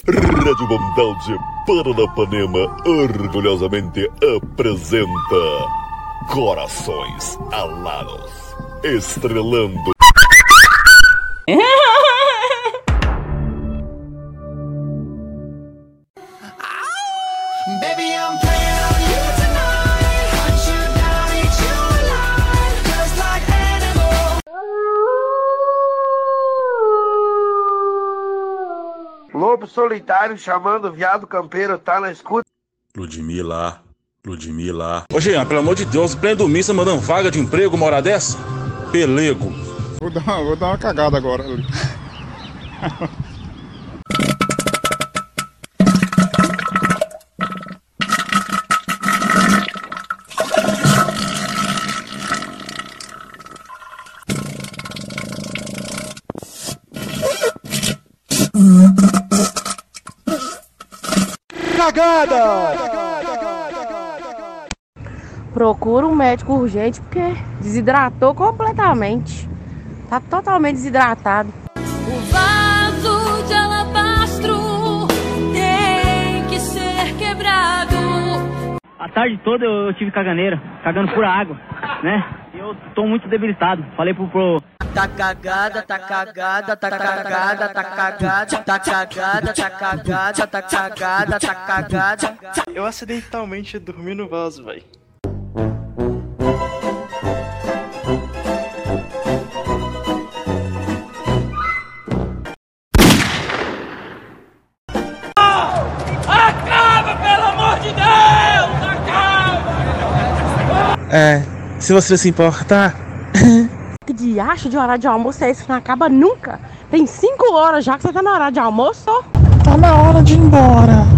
Rádio Mundial de Paranapanema orgulhosamente apresenta Corações Alados, estrelando Baby, I'm playing on you tonight. Hunt you down, eat you alive, just like animals. Lobo solitário chamando o viado campeiro, tá na escuta. Ludmila. Ô Jean, pelo amor de Deus, pleno domingo você mandando vaga de emprego uma hora dessa? Pelego. Vou dar uma cagada agora. Procura um médico urgente porque desidratou completamente. Tá totalmente desidratado. O vaso de alabastro tem que ser quebrado. A tarde toda eu tive caganeira, cagando pura água, né? Eu tô muito debilitado. Falei pro... Tá cagada, tá cagada, tá cagada, tá cagada, tá cagada, tá cagada, tá cagada, tá cagada. Eu acidentalmente dormi no vaso, véi. Acaba, pelo amor de Deus! Acaba! Se você se importar. Que diacho de horário de almoço é esse que não acaba nunca? Tem 5 horas já que você tá na hora de almoço? Tá na hora de ir embora.